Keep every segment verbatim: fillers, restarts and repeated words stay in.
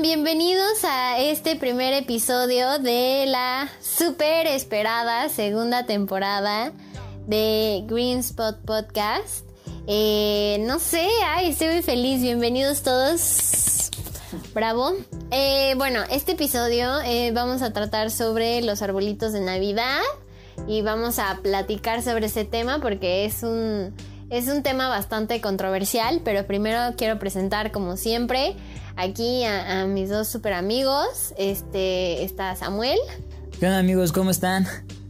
bienvenidos a este primer episodio de la súper esperada segunda temporada de Green Spot Podcast. Eh, no sé, ay, estoy muy feliz, bienvenidos todos. Bravo. Eh, bueno, este episodio eh, vamos a tratar sobre los arbolitos de Navidad y vamos a platicar sobre ese tema porque es un, es un tema bastante controversial, pero primero quiero presentar, como siempre, aquí a, a mis dos super amigos. Este, está Samuel. ¿Qué onda, amigos? ¿Cómo están?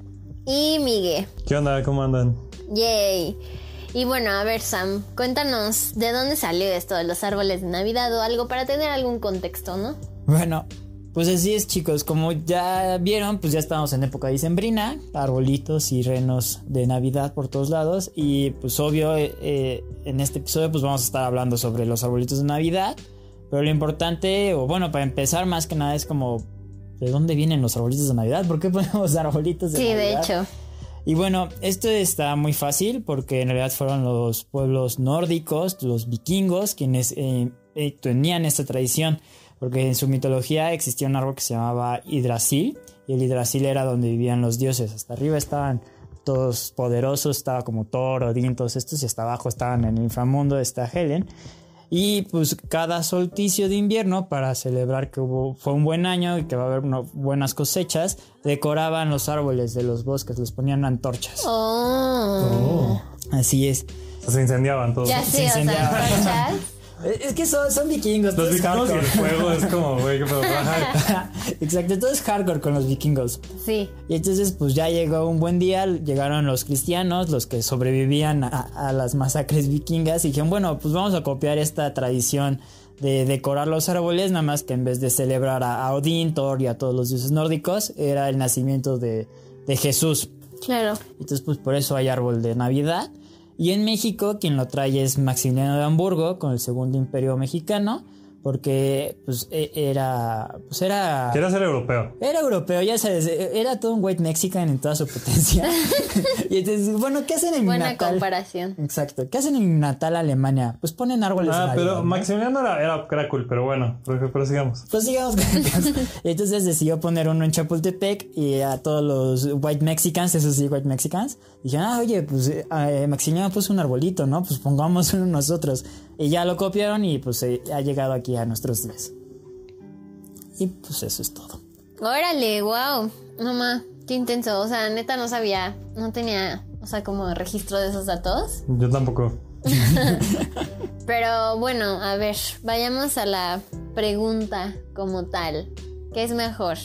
Y Miguel. ¿Qué onda? ¿Cómo andan? Yay. Y bueno, a ver, Sam, cuéntanos de dónde salió esto de los árboles de Navidad o algo para tener algún contexto, ¿no? Bueno, pues así es, chicos. Como ya vieron, pues ya estamos en época dicembrina, arbolitos y renos de Navidad por todos lados. Y pues obvio, eh, en este episodio pues vamos a estar hablando sobre los arbolitos de Navidad. Pero lo importante, o bueno, para empezar más que nada es como, ¿de dónde vienen los arbolitos de Navidad? ¿Por qué ponemos arbolitos de sí, Navidad? Sí, de hecho. Y bueno, esto está muy fácil porque en realidad fueron los pueblos nórdicos, los vikingos, quienes eh, eh, tenían esta tradición. Porque en su mitología existía un árbol que se llamaba Yggdrasil, y el Yggdrasil era donde vivían los dioses. Hasta arriba estaban todos poderosos, estaba como Thor, Odín, todos estos, y hasta abajo estaban en el inframundo, está Helen. Y pues cada solsticio de invierno, para celebrar que hubo, fue un buen año y que va a haber no, buenas cosechas, decoraban los árboles de los bosques, les ponían antorchas. Oh. Oh. Así es. Se incendiaban todos. Ya Se sí, incendiaban. o sea, antorchas. Es que son, son vikingos. Los vikingos y el hardcore. fuego es como, güey, qué pedo. Ajá. Exacto, todo es hardcore con los vikingos. Sí. Y entonces pues ya llegó un buen día, llegaron los cristianos, los que sobrevivían a, a las masacres vikingas, y dijeron, bueno, pues vamos a copiar esta tradición de decorar los árboles, nada más que en vez de celebrar a, a Odín, Thor y a todos los dioses nórdicos, era el nacimiento de, de Jesús. Claro. Entonces pues por eso hay árbol de Navidad. Y en México quien lo trae es Maximiliano de Hamburgo, con el Segundo Imperio Mexicano, porque pues era pues era Quiere ser europeo. Era europeo, ya sabes, era todo un white mexican en toda su potencia. Y entonces, bueno, ¿qué hacen en mi Buena natal? comparación. Exacto, ¿qué hacen en mi natal Alemania? Pues ponen árboles de Ah, Navidad, pero ¿no? Maximiliano era, era, era cool, pero bueno, pero, pero sigamos. Pues sigamos con el caso. Entonces decidió poner uno en Chapultepec, y a todos los white mexicans, esos sí, white mexicans, dijeron, ah, oye, pues eh, Maximiliano puso un arbolito, ¿no? Pues pongamos uno nosotros. Y ya lo copiaron y pues eh, ha llegado aquí a nuestros días. Y pues eso es todo. Órale, wow. Mamá, qué intenso. O sea, neta no sabía, no tenía, o sea, como registro de esos datos. Yo tampoco. Pero bueno, a ver, vayamos a la pregunta como tal. ¿Qué es mejor?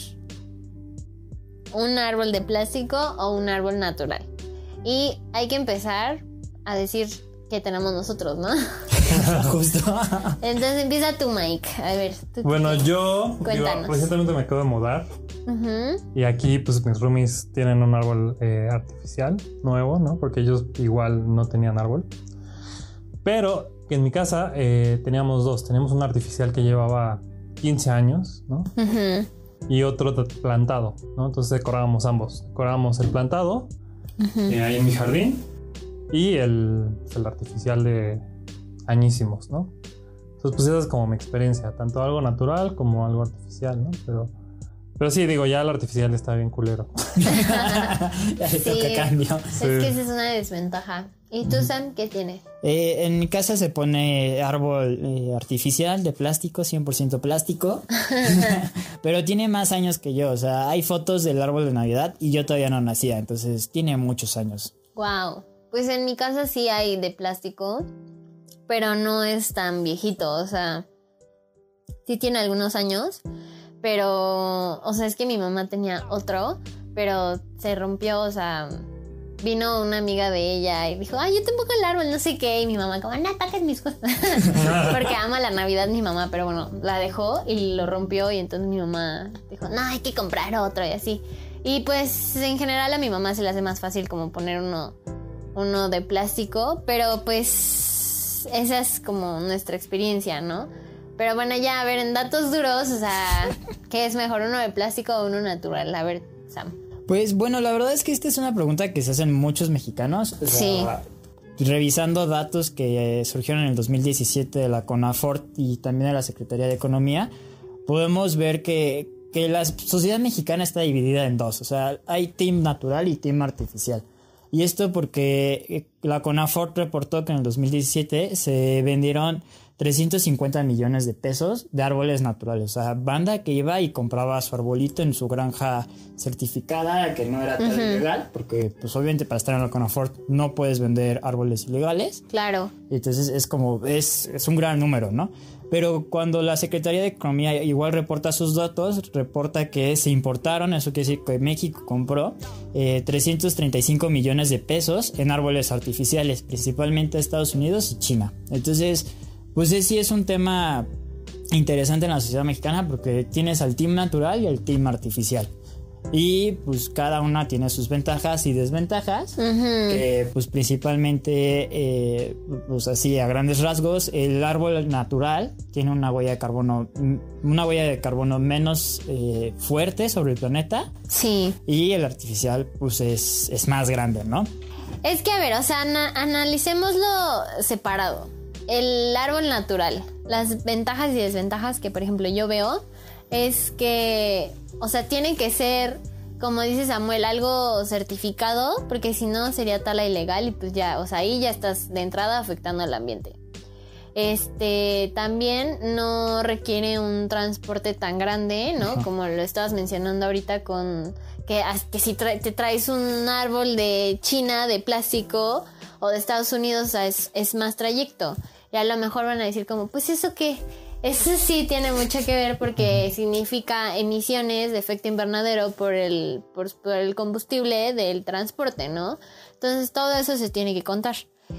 ¿Un árbol de plástico o un árbol natural? Y hay que empezar a decir que tenemos nosotros, ¿no? Justo. Entonces empieza tú, Mike. A ver, tú. Bueno, yo, yo Cuéntanos. recientemente me acabo de mudar. Uh-huh. Y aquí pues mis roomies tienen un árbol eh, artificial nuevo, ¿no? Porque ellos igual no tenían árbol. Pero en mi casa eh, teníamos dos. Teníamos un artificial que llevaba quince años, ¿no? Uh-huh. Y otro plantado, ¿no? Entonces decorábamos ambos. Decorábamos el plantado, uh-huh, eh, ahí en mi jardín, y el, el artificial de añísimos, ¿no? Entonces pues esa es como mi experiencia, tanto algo natural como algo artificial, ¿no? Pero, pero sí, digo, ya el artificial está bien culero. Ya le Sí, toca cambio. es Sí. que esa es una desventaja. ¿Y tú, Sam, qué tienes? Eh, en mi casa se pone árbol eh, artificial de plástico, cien por ciento plástico. Pero tiene más años que yo. O sea, hay fotos del árbol de Navidad y yo todavía no nacía. Entonces tiene muchos años. Wow. Pues en mi casa sí hay de plástico, pero no es tan viejito. O sea, sí tiene algunos años, pero, o sea, es que mi mamá tenía otro, pero se rompió, o sea, vino una amiga de ella y dijo, ay, yo te pongo el árbol, no sé qué, y mi mamá como, no toques mis cosas, porque ama la Navidad mi mamá, pero bueno, la dejó y lo rompió, y entonces mi mamá dijo, no, hay que comprar otro, y así. Y pues en general a mi mamá se le hace más fácil como poner uno, uno de plástico, pero pues esa es como nuestra experiencia, ¿no? Pero bueno, ya, a ver, en datos duros, o sea, ¿qué es mejor, uno de plástico o uno natural? A ver, Sam. Pues bueno, la verdad es que esta es una pregunta que se hacen muchos mexicanos. O sea, sí. Revisando datos que surgieron en el dos mil diecisiete de la CONAFORT y también de la Secretaría de Economía, podemos ver que, que la sociedad mexicana está dividida en dos. O sea, hay team natural y team artificial. Y esto porque la CONAFOR reportó que en el dos mil diecisiete se vendieron trescientos cincuenta millones de pesos de árboles naturales. O sea, banda que iba y compraba su arbolito en su granja certificada, que no era tan uh-huh. ilegal, porque pues obviamente para estar en la CONAFOR no puedes vender árboles ilegales. Claro. Entonces es como, es, es un gran número, ¿no? Pero cuando la Secretaría de Economía igual reporta sus datos, reporta que se importaron, eso quiere decir que México compró eh, trescientos treinta y cinco millones de pesos en árboles artificiales, principalmente Estados Unidos y China. Entonces, pues sí es un tema interesante en la sociedad mexicana porque tienes al team natural y al team artificial. Y pues cada una tiene sus ventajas y desventajas, uh-huh. que pues principalmente eh, pues así a grandes rasgos el árbol natural tiene una huella de carbono una huella de carbono menos eh, fuerte sobre el planeta. Sí. Y el artificial pues es, es más grande, ¿no? Es que a ver, o sea, ana- analicémoslo separado. El árbol natural, las ventajas y desventajas que por ejemplo yo veo es que, o sea, tiene que ser, como dice Samuel, algo certificado, porque si no sería tala ilegal y pues ya, o sea, ahí ya estás de entrada afectando al ambiente. Este, también no requiere un transporte tan grande, ¿no? Ajá. Como lo estabas mencionando ahorita con que, que si tra- te traes un árbol de China de plástico o de Estados Unidos, o sea, es, es más trayecto. Y a lo mejor van a decir como, pues eso qué. Eso sí tiene mucho que ver porque significa emisiones de efecto invernadero por el, por, por el combustible del transporte, ¿no? Entonces todo eso se tiene que contar.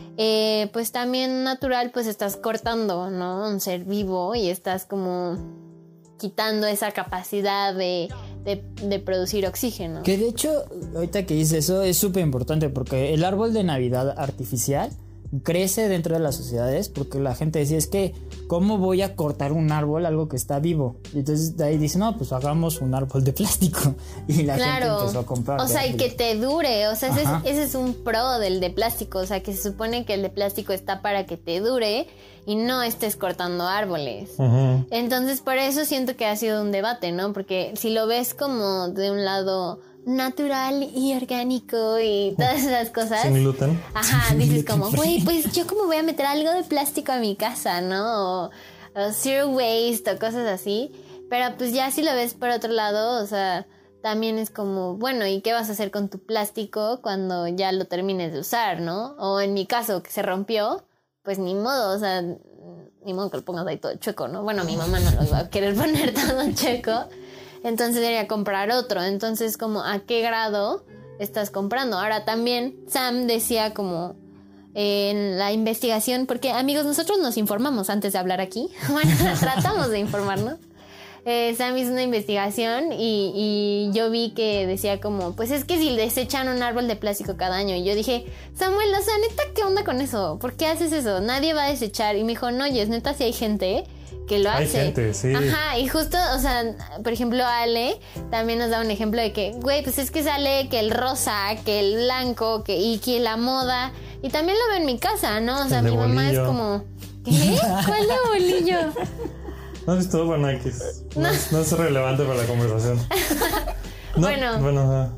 Eh, pues también natural, pues estás cortando, ¿no? Un ser vivo y estás como quitando esa capacidad de, de, de producir oxígeno. Que de hecho, ahorita que dices eso, es súper importante porque el árbol de Navidad artificial crece dentro de las sociedades porque la gente decía, es que ¿cómo voy a cortar un árbol, algo que está vivo? Y entonces de ahí dicen, no, pues hagamos un árbol de plástico. Y la claro. gente empezó a comprar. O sea, y que te dure, o sea, ese es, ese es un pro del de plástico, o sea, que se supone que el de plástico está para que te dure y no estés cortando árboles. Uh-huh. Entonces, por eso siento que ha sido un debate, ¿no? Porque si lo ves como de un lado natural y orgánico y todas esas cosas. Sin gluten. Ajá, dices como, güey, pues yo como voy a meter algo de plástico a mi casa, ¿no? O, o zero waste o cosas así. Pero pues ya si lo ves por otro lado, o sea, también es como, bueno, ¿y qué vas a hacer con tu plástico cuando ya lo termines de usar, ¿no? O en mi caso, que se rompió, pues ni modo, o sea, ni modo que lo pongas ahí todo chueco, ¿no? Bueno, mi mamá no lo va a querer poner todo chueco. Entonces debería comprar otro. Entonces, como, ¿a qué grado estás comprando? Ahora también Sam decía como eh, en la investigación, porque amigos, nosotros nos informamos antes de hablar aquí. Bueno, tratamos de informarnos. Eh, Sam hizo una investigación y, y yo vi que decía como, pues es que si desechan un árbol de plástico cada año. Y yo dije, Samuel, o sea, neta, ¿qué onda con eso? ¿Por qué haces eso? Nadie va a desechar. Y me dijo, no, es neta, si hay gente que lo hace. Hay gente, sí. Ajá, y justo, o sea, por ejemplo, Ale también nos da un ejemplo de que, güey, pues es que sale que el rosa, que el blanco, que y que la moda. Y también lo veo en mi casa, ¿no? O sea, mi mamá bolillo. Es como, ¿qué? ¿Cuál de bolillo? ¿No has visto? Bueno, X. No, no. Es, no es relevante para la conversación. No, bueno. Bueno, no.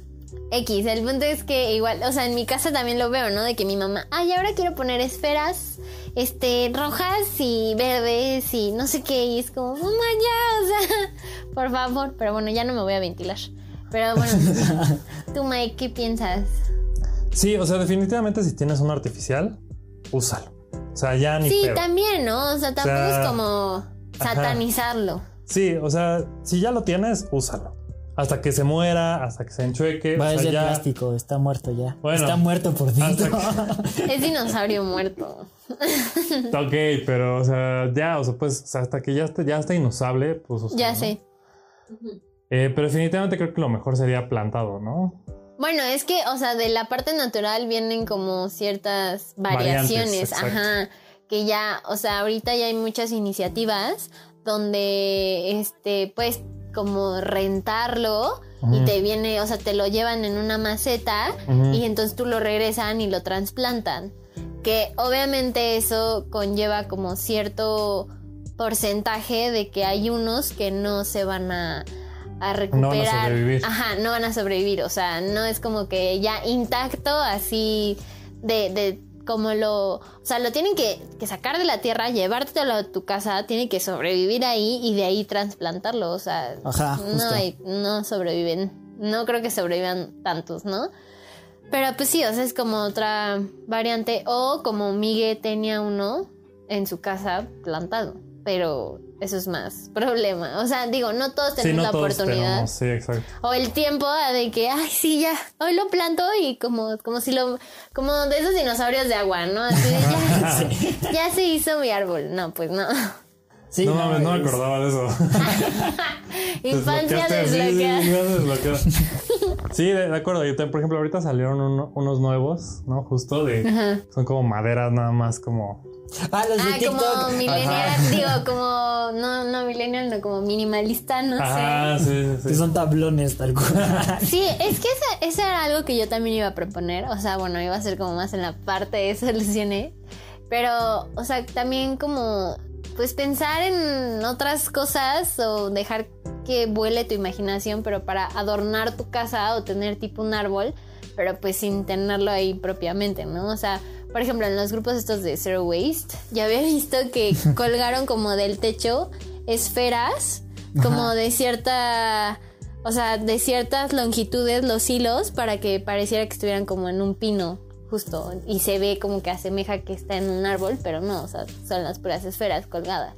X, el punto es que igual, o sea, en mi casa también lo veo, ¿no? De que mi mamá, ay, ahora quiero poner esferas este, rojas y verdes y no sé qué, y es como, mamá, ya, o sea, por favor, pero bueno, ya no me voy a ventilar. Pero bueno, tú, Mike, ¿qué piensas? Sí, o sea, definitivamente si tienes un artificial, úsalo. O sea, ya ni Sí, pedo. también, ¿no? O sea, tampoco o sea, es como satanizarlo. Ajá. Sí, o sea, si ya lo tienes, úsalo. Hasta que se muera, hasta que se enchueque. Va, o sea, es de ya... plástico, está muerto ya. Bueno, está muerto por dentro. Que... Es dinosaurio muerto. Ok, pero, o sea, ya, o sea, pues, o sea, hasta que ya está, ya está inusable, pues, o sea, ya ¿no? sé. Eh, pero definitivamente creo que lo mejor sería plantado, ¿no? Bueno, es que, o sea, de la parte natural vienen como ciertas variaciones, ajá, que ya, o sea, ahorita ya hay muchas iniciativas donde, este, pues, como rentarlo uh-huh. y te viene, o sea, te lo llevan en una maceta uh-huh. y entonces tú lo regresan y lo trasplantan. Que obviamente eso conlleva como cierto porcentaje de que hay unos que no se van a, a recuperar. No van a sobrevivir. Ajá, no van a sobrevivir. O sea, no es como que ya intacto, así de, de como lo... O sea, lo tienen que, que sacar de la tierra, llevártelo a tu casa, tiene que sobrevivir ahí y de ahí trasplantarlo. O sea, Ajá, no hay, no sobreviven. No creo que sobrevivan tantos, ¿no? Pero pues sí, o sea, es como otra variante. O como Miguel tenía uno en su casa plantado. Pero eso es más problema. O sea, digo, no todos tenemos sí, no la todos oportunidad. Tenemos, sí, exacto. O el tiempo de que, ay, sí, ya, hoy lo planto y como, como si lo... Como de esos dinosaurios de agua, ¿no? Así de, ya, Sí. ya se hizo mi árbol. No, pues no. Sí, no mames, no me es- acordaba de eso. Infancia Desbloqueaste, sí, desbloqueada. sí, sí, desbloqueado. Sí, de, de acuerdo. Yo te- por ejemplo, ahorita salieron uno- unos nuevos, ¿no? Justo de... Ajá. Son como maderas nada más como... Ah, los de Ah, TikTok. como millennial, Ajá. digo, como, no, no millennial, no, como minimalista, no Ah, sí, sí, Que sí. son tablones, tal cual. sé. Sí, es que ese, ese era algo que yo también iba a proponer, o sea, bueno, iba a ser como más en la parte de soluciones, pero, o sea, también como, pues pensar en otras cosas o dejar que vuele tu imaginación, pero para adornar tu casa o tener tipo un árbol, pero pues sin tenerlo ahí propiamente, ¿no? O sea, por ejemplo, en los grupos estos de Zero Waste, ya había visto que colgaron como del techo esferas, como Ajá. de cierta, o sea, de ciertas longitudes los hilos para que pareciera que estuvieran como en un pino, justo, y se ve como que asemeja que está en un árbol, pero no, o sea, son las puras esferas colgadas.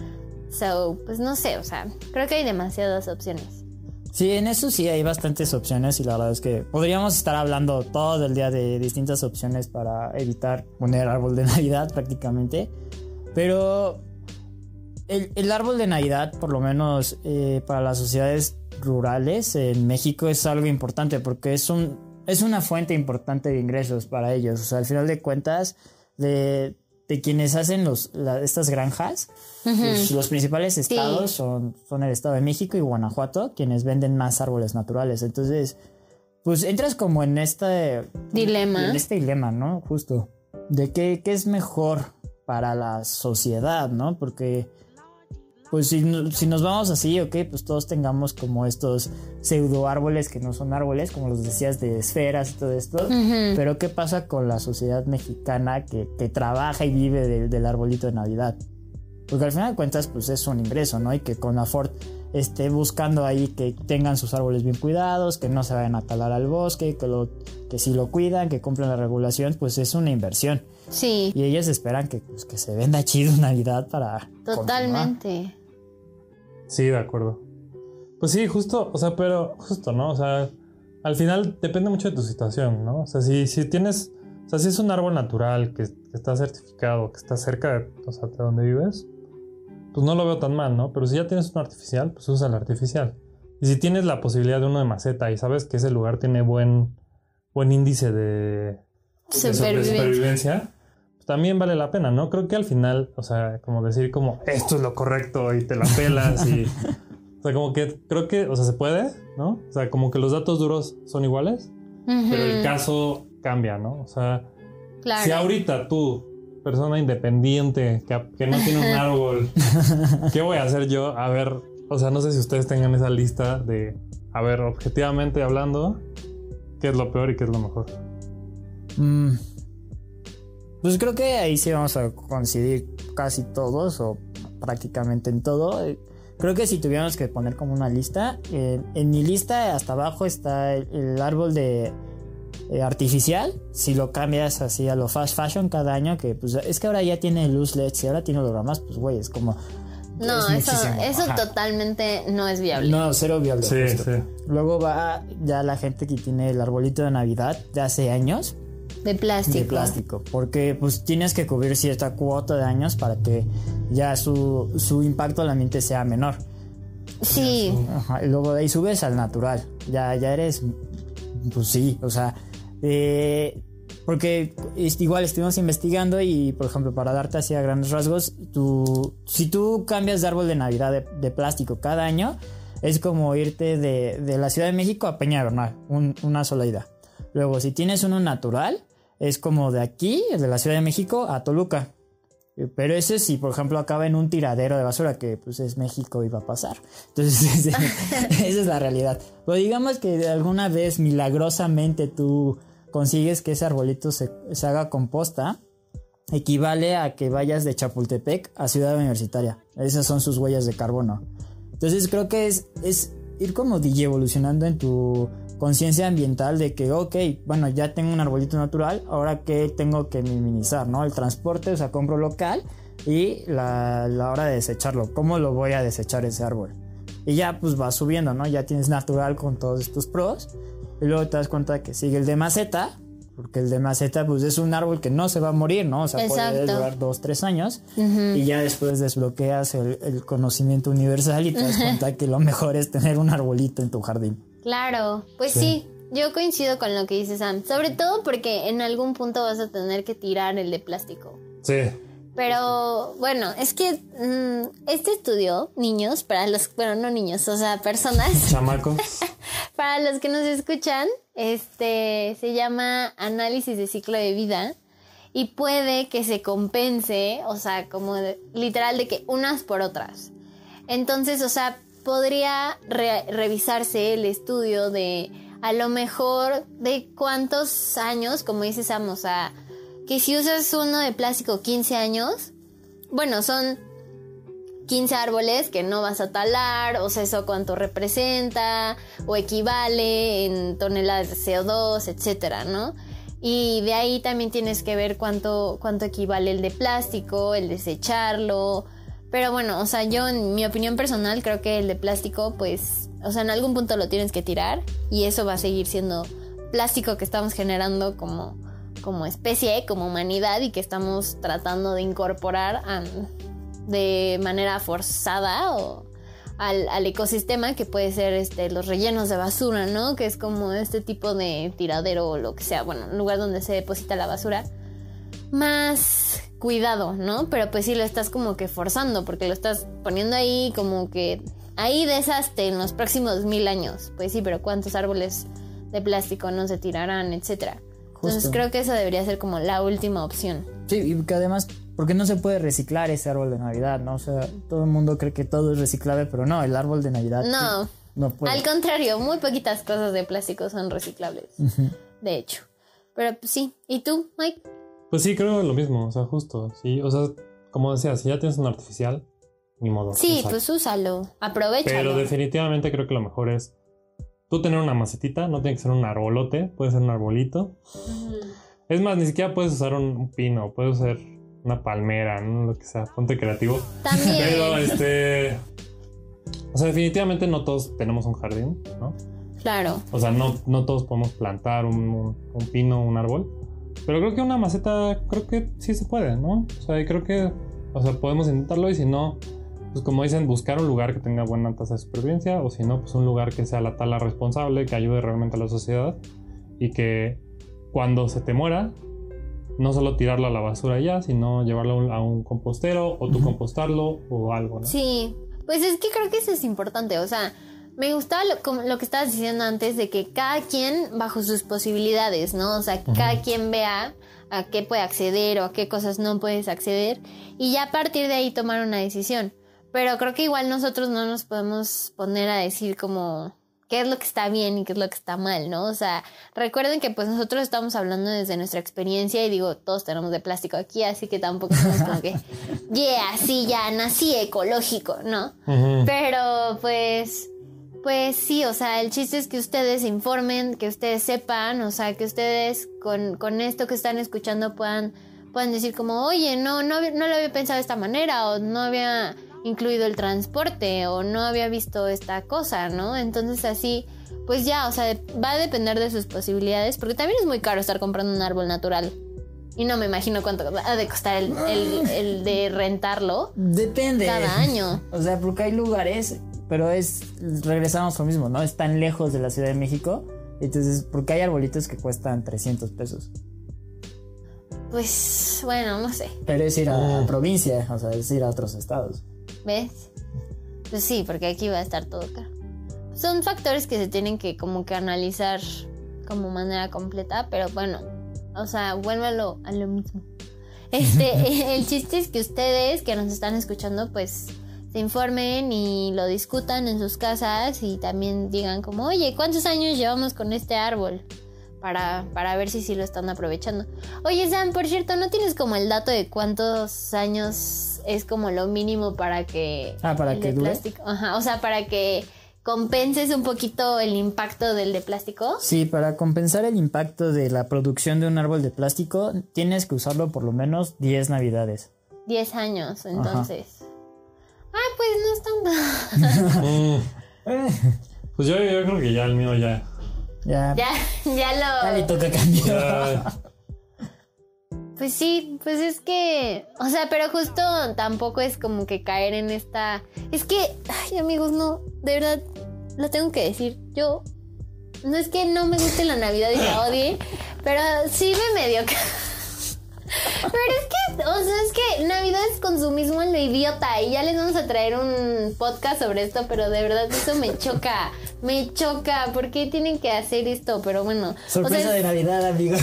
So, pues no sé, o sea, creo que hay demasiadas opciones. Sí, en eso sí hay bastantes opciones y la verdad es que podríamos estar hablando todo el día de distintas opciones para evitar poner árbol de Navidad prácticamente. Pero el, el árbol de Navidad, por lo menos eh, para las sociedades rurales en México, es algo importante porque es un es una fuente importante de ingresos para ellos. O sea, al final de cuentas, de, de quienes hacen los, la, estas granjas, los, los principales estados Sí. son, son el Estado de México y Guanajuato, quienes venden más árboles naturales. Entonces, pues entras como en este Dilema. En este dilema, ¿no? Justo. De qué, qué es mejor para la sociedad, ¿no? Porque, pues si, no- si nos vamos así, ok, pues todos tengamos como estos pseudo árboles que no son árboles, como los decías, de esferas y todo esto. Ujú. Pero ¿qué pasa con la sociedad mexicana que, que trabaja y vive del- del arbolito de Navidad? Porque al final de cuentas, pues es un ingreso, ¿no? Y que con la Ford esté buscando ahí que tengan sus árboles bien cuidados, que no se vayan a talar al bosque, que, lo, que si lo cuidan, que cumplan la regulación, pues es una inversión. Sí, Y ellos esperan que, pues, que se venda chido Navidad para continuar. totalmente. Sí, de acuerdo. Pues sí, justo, o sea, pero justo, ¿no? O sea, al final depende mucho de tu situación, ¿no? O sea, si, si tienes, o sea, si es un árbol natural que, que está certificado, que está cerca de, o sea, de donde vives, pues no lo veo tan mal, ¿no? Pero si ya tienes un artificial, pues usa el artificial. Y si tienes la posibilidad de uno de maceta y sabes que ese lugar tiene buen, buen índice de, de sobre- Supervivencia. supervivencia, pues también vale la pena, ¿no? Creo que al final, o sea, como decir como esto es lo correcto y te la pelas y... O sea, como que creo que, o sea, se puede, ¿no? O sea, como que los datos duros son iguales, Ujú. pero el caso cambia, ¿no? O sea, Claro. si ahorita tú, persona independiente, que, que no tiene un árbol, ¿qué voy a hacer yo? A ver, o sea, no sé si ustedes tengan esa lista de, a ver, objetivamente hablando, qué es lo peor y qué es lo mejor. Mm. Pues creo que ahí sí vamos a coincidir casi todos o prácticamente en todo. Eh, Creo que si tuviéramos que poner como una lista, eh, en mi lista hasta abajo está el, el árbol de eh, artificial. Si lo cambias así a lo fast fashion cada año, que pues es que ahora ya tiene luz L E D, si ahora tiene hologramas, pues güey, es como... No, es eso, muchísimo. eso Ajá. totalmente no es viable. No, cero viable. Sí, justo. sí. Luego va ya la gente que tiene el arbolito de Navidad de hace años. De plástico. De plástico, porque pues tienes que cubrir cierta cuota de años para que ya su, su impacto al ambiente sea menor. Sí. Ajá, y luego de ahí subes al natural, ya, ya eres, pues sí, o sea, eh, porque es, igual estuvimos investigando y por ejemplo para darte así a grandes rasgos, tú, si tú cambias de árbol de Navidad de, de plástico cada año, es como irte de, de la Ciudad de México a Peña Bernal, un, una sola ida. Luego si tienes uno natural, es como de aquí, de la Ciudad de México a Toluca. Pero eso sí, por ejemplo, acaba en un tiradero de basura, que pues es México y va a pasar. Entonces, esa es la realidad. Pero digamos que alguna vez milagrosamente tú consigues que ese arbolito se, se haga composta, equivale a que vayas de Chapultepec a Ciudad Universitaria. Esas son sus huellas de carbono. Entonces creo que es, es ir como evolucionando en tu conciencia ambiental de que, ok, bueno, ya tengo un arbolito natural, ahora que tengo que minimizar, ¿no? El transporte, o sea, compro local y la, la hora de desecharlo. ¿Cómo lo voy a desechar ese árbol? Y ya pues va subiendo, ¿no? Ya tienes natural con todos estos pros y luego te das cuenta que sigue el de maceta, porque el de maceta pues es un árbol que no se va a morir, ¿no? O sea, exacto, puede durar dos, tres años uh-huh. y ya después desbloqueas el, el conocimiento universal y te das cuenta que lo mejor es tener un arbolito en tu jardín. Claro, pues sí. sí, yo coincido con lo que dice Sam, sobre todo porque en algún punto vas a tener que tirar el de plástico. Sí. Pero bueno, es que mmm, este estudio, niños, para los, bueno, no niños, o sea, personas. Chamacos. Para los que nos escuchan, este se llama análisis de ciclo de vida y puede que se compense, o sea, como de, literal de que unas por otras. Entonces, o sea, podría re- revisarse el estudio de a lo mejor de cuántos años, como dice Sam, o sea, que si usas uno de plástico quince años, bueno, son quince árboles que no vas a talar, o sea, eso cuánto representa o equivale en toneladas de C O dos, etcétera, ¿no? Y de ahí también tienes que ver cuánto, cuánto equivale el de plástico, el desecharlo. Pero bueno, o sea, yo en mi opinión personal creo que el de plástico, pues, o sea, en algún punto lo tienes que tirar y eso va a seguir siendo plástico que estamos generando como, como especie, como humanidad y que estamos tratando de incorporar a, de manera forzada o al, al ecosistema, que puede ser este los rellenos de basura, ¿no? Que es como este tipo de tiradero o lo que sea, bueno, un lugar donde se deposita la basura. Más cuidado, ¿no? Pero pues sí lo estás como que forzando, porque lo estás poniendo ahí como que ahí deshazte en los próximos mil años. Pues sí, pero ¿cuántos árboles de plástico no se tirarán, etcétera? Entonces Justo. creo que eso debería ser como la última opción. Sí, y que además, porque no se puede reciclar ese árbol de Navidad, ¿no? O sea, todo el mundo cree que todo es reciclable, pero no, el árbol de Navidad No, sí, no puede. Al contrario, muy poquitas cosas de plástico son reciclables, uh-huh. de hecho. Pero pues sí, ¿y tú, Mike? Pues sí, creo lo mismo, o sea, justo, sí, o sea, como decía, si ya tienes un artificial, ni modo. Sí, úsalo. pues úsalo, aprovéchalo. Pero definitivamente creo que lo mejor es tú tener una macetita, no tiene que ser un arbolote, puede ser un arbolito. Uh-huh. Es más, ni siquiera puedes usar un, un pino, puedes usar una palmera, ¿no? Lo que sea, ponte creativo. También. Pero este, o sea, definitivamente no todos tenemos un jardín, ¿no? Claro. O sea, no, no todos podemos plantar un, un, un pino, un árbol. Pero creo que una maceta, creo que sí se puede, ¿no? O sea, creo que, o sea, podemos intentarlo y si no, pues como dicen, buscar un lugar que tenga buena tasa de supervivencia o si no, pues un lugar que sea la tala responsable, que ayude realmente a la sociedad y que cuando se te muera, no solo tirarlo a la basura ya, sino llevarlo a un, a un compostero o tú uh-huh. compostarlo o algo, ¿no? Sí, pues es que creo que eso es importante, o sea, me gustaba lo, lo que estabas diciendo antes de que cada quien bajo sus posibilidades, ¿no? O sea, que uh-huh. cada quien vea a qué puede acceder o a qué cosas no puedes acceder y ya a partir de ahí tomar una decisión. Pero creo que igual nosotros no nos podemos poner a decir como qué es lo que está bien y qué es lo que está mal, ¿no? O sea, recuerden que pues nosotros estamos hablando desde nuestra experiencia y digo, todos tenemos de plástico aquí, así que tampoco somos como que, yeah, sí, ya nací ecológico, ¿no? Uh-huh. Pero pues... Pues sí, o sea, el chiste es que ustedes se informen, que ustedes sepan, o sea, que ustedes con, con esto que están escuchando puedan, puedan decir como, oye, no, no, no lo había pensado de esta manera, o no había incluido el transporte, o no había visto esta cosa, ¿no? Entonces así, pues ya, o sea, va a depender de sus posibilidades, porque también es muy caro estar comprando un árbol natural. Y no me imagino cuánto ha de costar el, el, el de rentarlo. Depende. Cada año. O sea, porque hay lugares... Pero es, regresamos a lo mismo, ¿no? Es tan lejos de la Ciudad de México. Entonces, porque hay arbolitos que cuestan trescientos pesos. Pues, bueno, no sé. Pero es ir a la provincia, o sea, es ir a otros estados. ¿Ves? Pues sí, porque aquí va a estar todo caro. Son factores que se tienen que como que analizar como manera completa, pero bueno, o sea, vuélvalo a lo mismo. Este, el chiste es que ustedes que nos están escuchando, pues se informen y lo discutan en sus casas y también digan como, oye, ¿cuántos años llevamos con este árbol? Para, para ver si sí lo están aprovechando. Oye, Sam, por cierto, ¿no tienes como el dato de cuántos años es como lo mínimo para que... Ah, para el que de dure. plástico, ajá, o sea, para que compenses un poquito el impacto del de plástico? Sí, para compensar el impacto de la producción de un árbol de plástico, tienes que usarlo por lo menos diez navidades. diez años, entonces. Ah, pues no es tanto. Mm. Pues yo, yo creo que ya el mío ya. Ya, Ya, ya lo... ya le toca cambiar. ya Pues sí, pues es que... O sea, pero justo tampoco es como que caer en esta... Es que, ay, amigos, no, de verdad, lo tengo que decir. Yo, no es que no me guste la Navidad y la odie, pero sí me medio... Pero es que, o sea, es que Navidad es consumismo en lo idiota y ya les vamos a traer un podcast sobre esto, pero de verdad eso me choca, me choca, ¿por qué tienen que hacer esto? Pero bueno, Sorpresa o sea, de Navidad, amigos.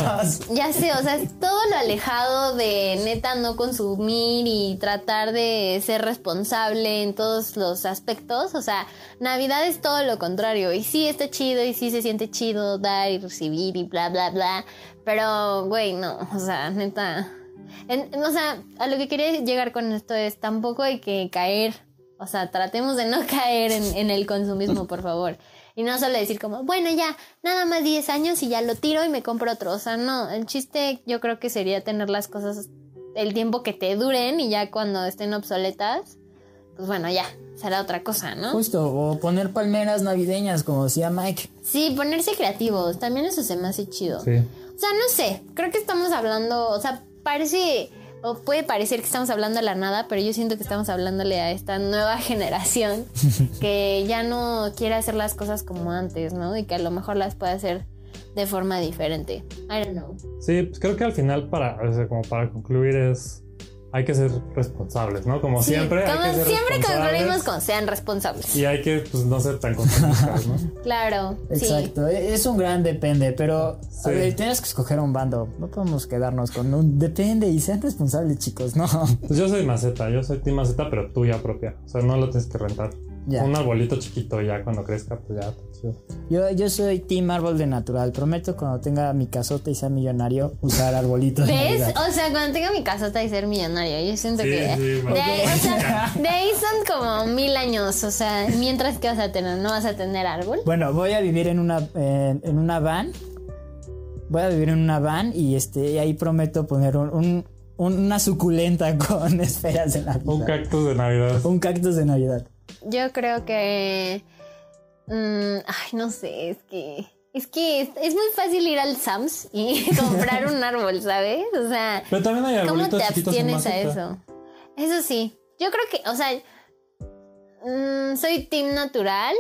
ya sé, o sea, es todo lo alejado de neta no consumir y tratar de ser responsable en todos los aspectos. O sea, Navidad es todo lo contrario. Y sí está chido y sí se siente chido dar y recibir y bla, bla, bla. Pero, güey, no, o sea, neta. En, o sea, a lo que quería llegar con esto es tampoco hay que caer. O sea, tratemos de no caer en, en el consumismo, por favor. Y no solo decir como, bueno, ya, nada más diez años y ya lo tiro y me compro otro. O sea, no, el chiste yo creo que sería tener las cosas el tiempo que te duren y ya cuando estén obsoletas, pues bueno, ya, será otra cosa, ¿no? Justo, o poner palmeras navideñas, como decía Mike. Sí, ponerse creativos, también eso se me hace chido. sí. O sea, no sé, creo que estamos hablando, o sea, parece... O puede parecer que estamos hablando a la nada, pero yo siento que estamos hablándole a esta nueva generación que ya no quiere hacer las cosas como antes, ¿no? Y que a lo mejor las puede hacer de forma diferente. I don't know. Sí, pues creo que al final para, o sea, como para concluir es hay que ser responsables, ¿no? Como Sí, siempre como hay que ser siempre responsables concluimos con sean responsables. y hay que pues no ser tan consumistas, ¿no? Claro, sí. Exacto, es un gran depende, pero Sí. a ver, tienes que escoger un bando. No podemos quedarnos con un depende y sean responsables, chicos, no. Pues yo soy maceta, yo soy team maceta, pero tuya propia. O sea, no lo tienes que rentar. Ya. Un arbolito chiquito y ya cuando crezca, pues ya. Pues, chido. Yo, yo soy team árbol de natural. Prometo cuando tenga mi casota y sea millonario usar arbolitos de ¿Ves? Navidad. O sea, cuando tenga mi casota y ser millonario, yo siento Sí, que sí, de, ahí, o sea, de ahí son como mil años. O sea, mientras que vas a tener, no vas a tener árbol. Bueno, voy a vivir en una en, en una van. Voy a vivir en una van y este y ahí prometo poner un, un- una suculenta con esferas de Navidad. Un cactus de Navidad. Un cactus de Navidad. Yo creo que... mm, ay, no sé, es que... Es que es, es muy fácil ir al Sam's y comprar un árbol, ¿sabes? O sea, Pero también hay ¿cómo arbolitos te chiquitos en abstienes a maceta. eso? Eso sí, yo creo que, o sea, mm, soy team natural.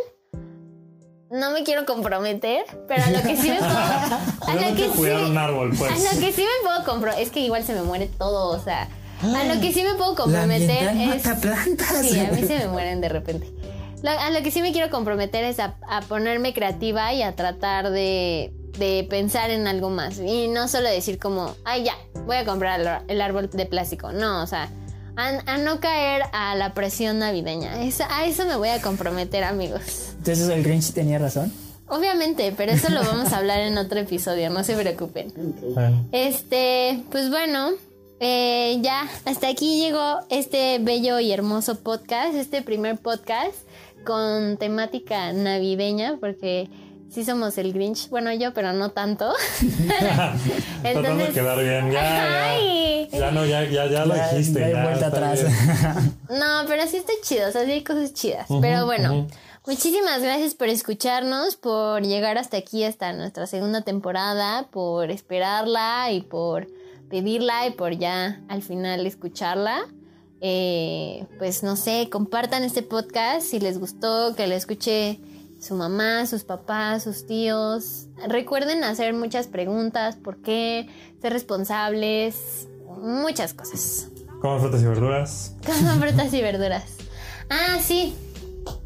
No me quiero comprometer, pero a lo que sí me puedo... A Yo lo no que quiero cuidar sí, un árbol, pues. a lo que sí me puedo comprometer... Es que igual se me muere todo, o sea... A lo que sí me puedo comprometer ambiental es... mata plantas. Sí, a mí se me mueren de repente. Lo- a lo que sí me quiero comprometer es a, a ponerme creativa y a tratar de, de pensar en algo más. Y no solo decir como, ay, ya, voy a comprar el, el árbol de plástico. No, o sea, a, a no caer a la presión navideña. Esa- a eso me voy a comprometer, amigos. Entonces el Grinch tenía razón. Obviamente, pero eso lo vamos a hablar en otro episodio, no se preocupen. Ah, Este, pues bueno, eh, ya hasta aquí llegó este bello y hermoso podcast, este primer podcast con temática navideña, porque sí somos el Grinch, bueno yo, pero no tanto. Tratando de quedar bien. Ya, ya. Ay. Ya no, ya, ya, ya lo Ya, dijiste. no hay ya, vuelta está atrás. bien. No, pero sí está chido, o sea, sí hay cosas chidas. Ujú, pero bueno, ujú. muchísimas gracias por escucharnos, por llegar hasta aquí, hasta nuestra segunda temporada, por esperarla y por pedirla y por ya al final escucharla. Eh, pues no sé, compartan este podcast si les gustó, que lo escuche su mamá, sus papás, sus tíos. Recuerden hacer muchas preguntas, por qué, ser responsables, muchas cosas. Coman frutas y verduras. Coman frutas y verduras. Ah, sí.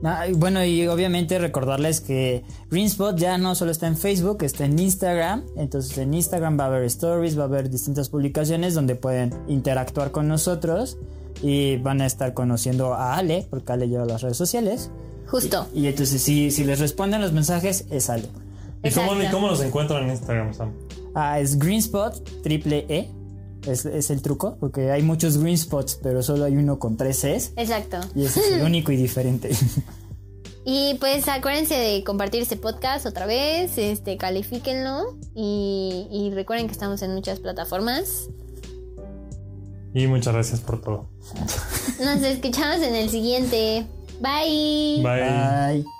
Ah, bueno, y obviamente recordarles que Greenspot ya no solo está en Facebook, está en Instagram. Entonces en Instagram va a haber stories, va a haber distintas publicaciones donde pueden interactuar con nosotros y van a estar conociendo a Ale, porque Ale lleva las redes sociales. Justo. Y, y entonces si, si les responden los mensajes es Ale. ¿Y cómo, ¿Y cómo nos encuentran en Instagram, Sam? Ah, es Greenspot, triple E. Es, es el truco, porque hay muchos green spots, pero solo hay uno con tres Cs. Exacto. Y ese es el único y diferente. Y pues acuérdense de compartir este podcast otra vez, este, califíquenlo y, y recuerden que estamos en muchas plataformas. Y muchas gracias por todo. Nos escuchamos en el siguiente. Bye. Bye. Bye.